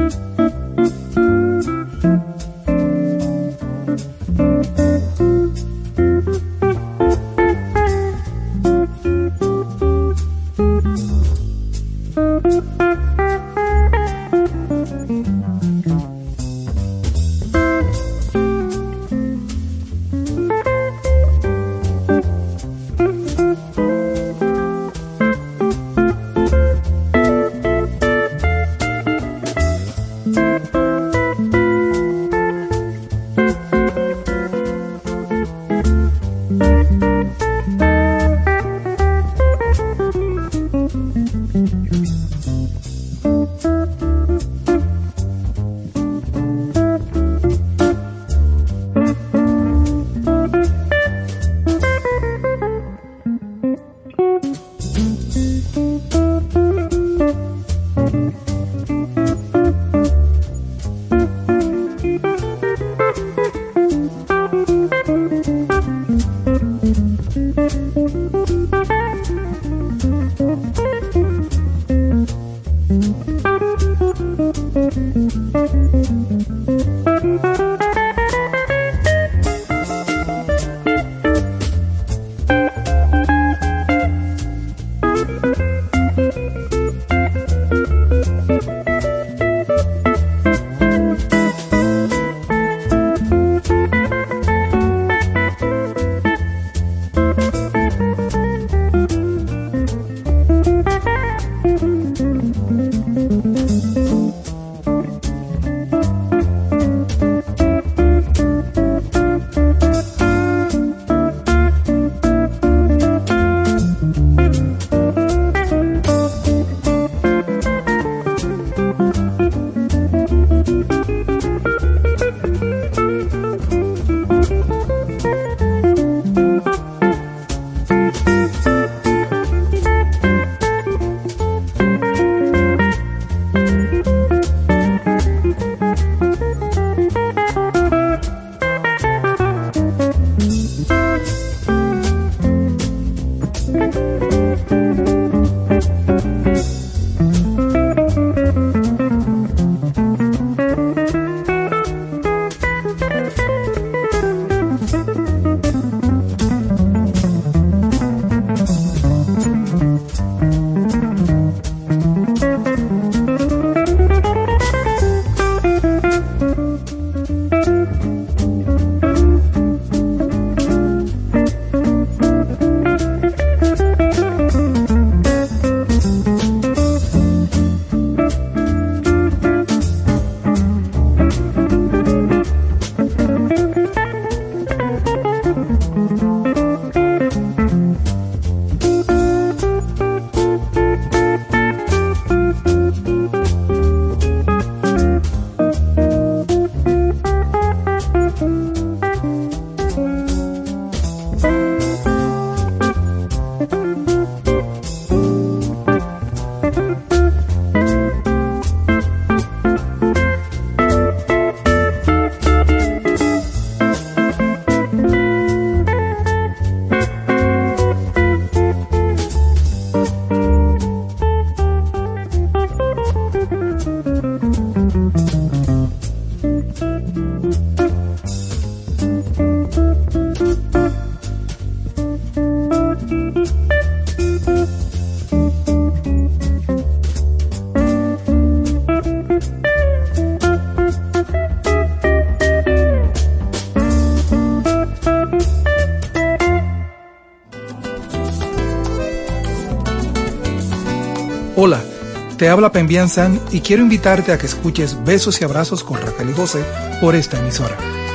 Hola, te habla Pembian San y quiero invitarte a que escuches Besos y Abrazos con Raquel y José por esta emisora.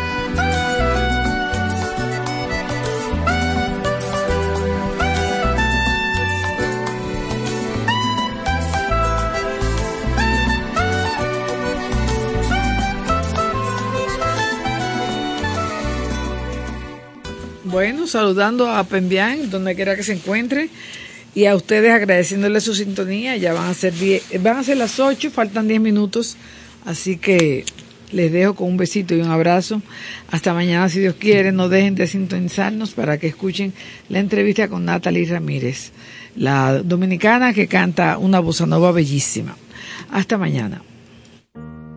Bueno, saludando a Pembian, donde quiera que se encuentre, y a ustedes agradeciéndole su sintonía. Ya van a ser diez, van a ser las ocho, faltan diez minutos, así que les dejo con un besito y un abrazo. Hasta mañana, si Dios quiere. No dejen de sintonizarnos para que escuchen la entrevista con Natalie Ramírez, la dominicana que canta una bossa nova bellísima. Hasta mañana.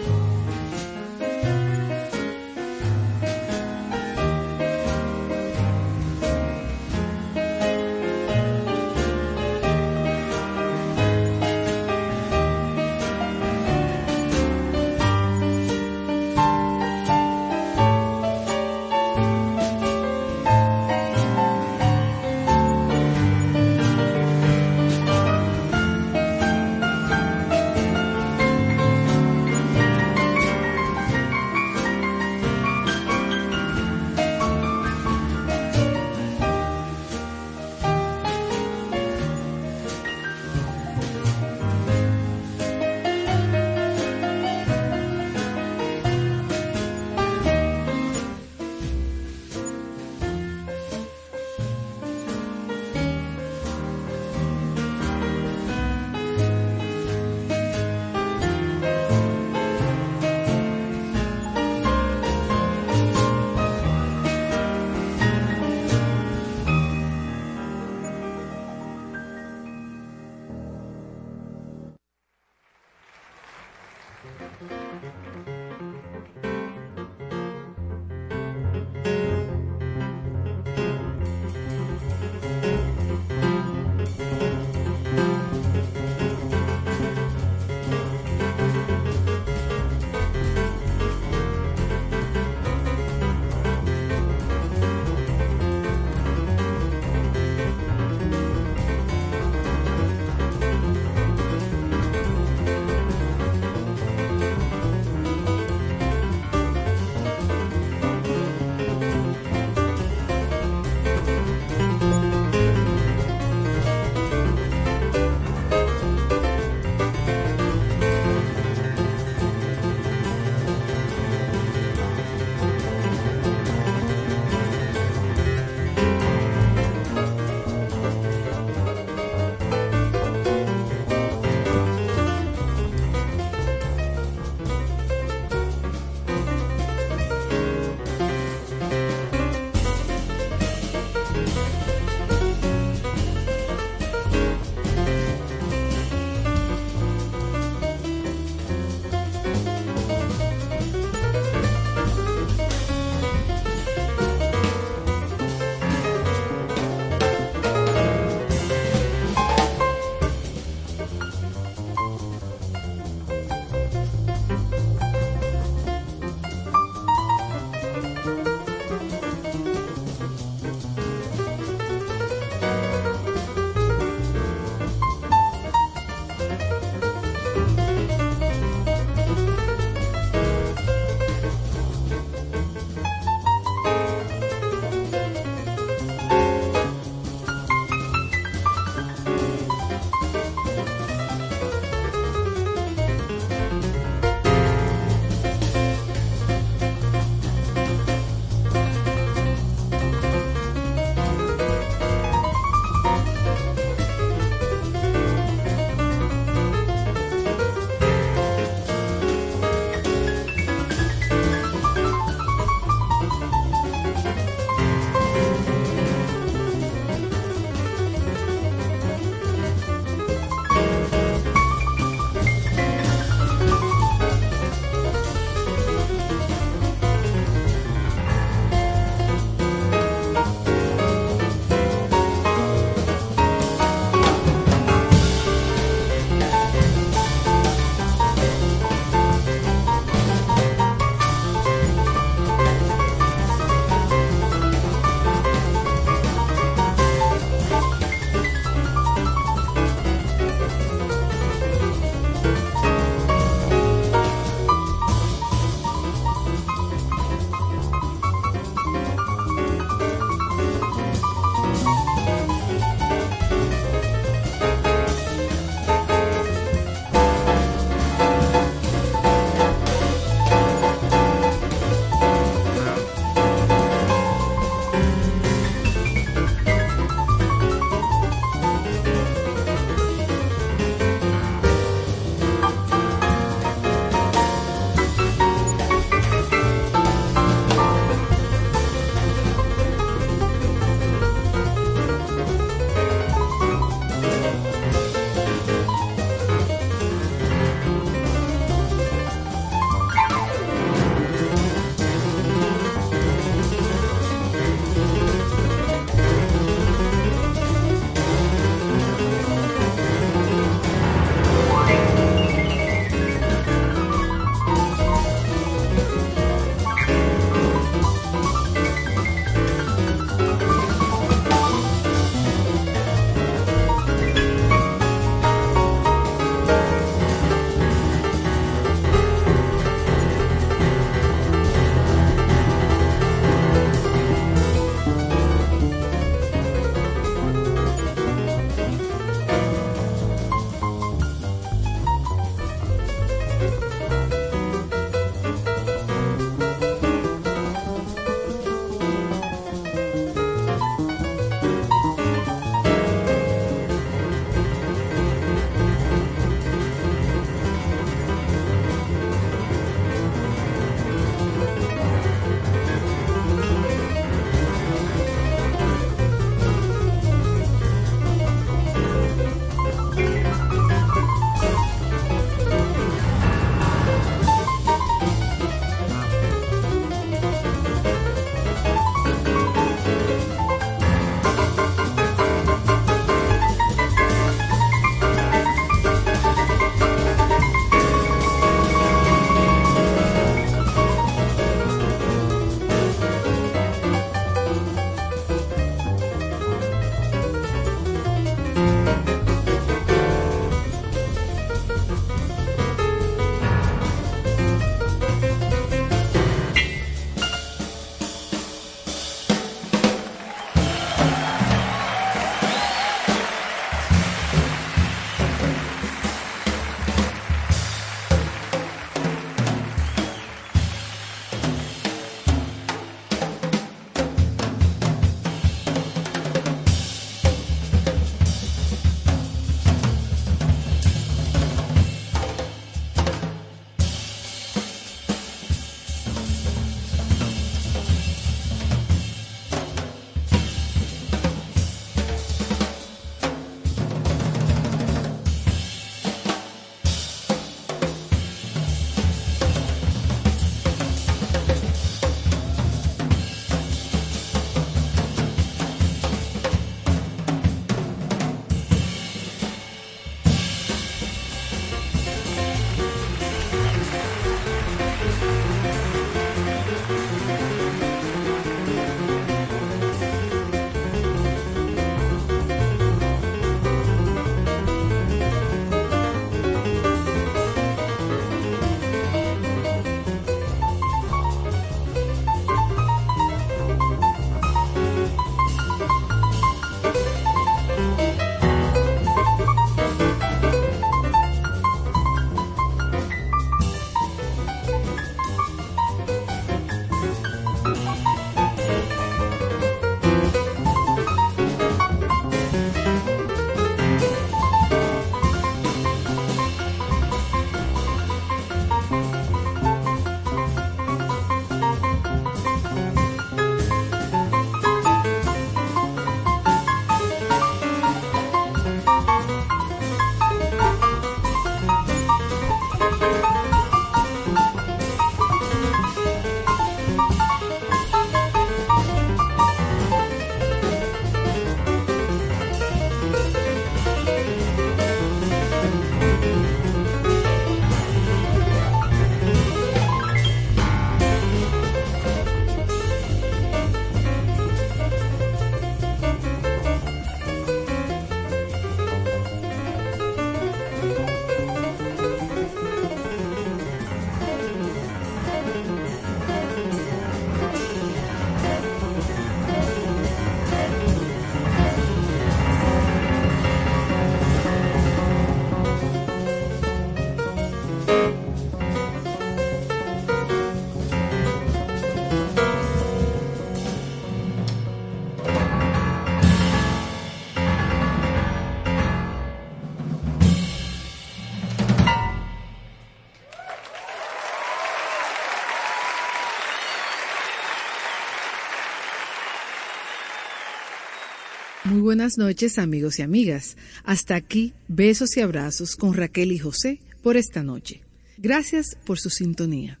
Muy buenas noches, amigos y amigas. Hasta aquí, besos y abrazos con Raquel y José por esta noche. Gracias por su sintonía.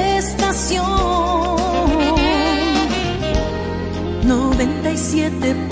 Estación noventa y siete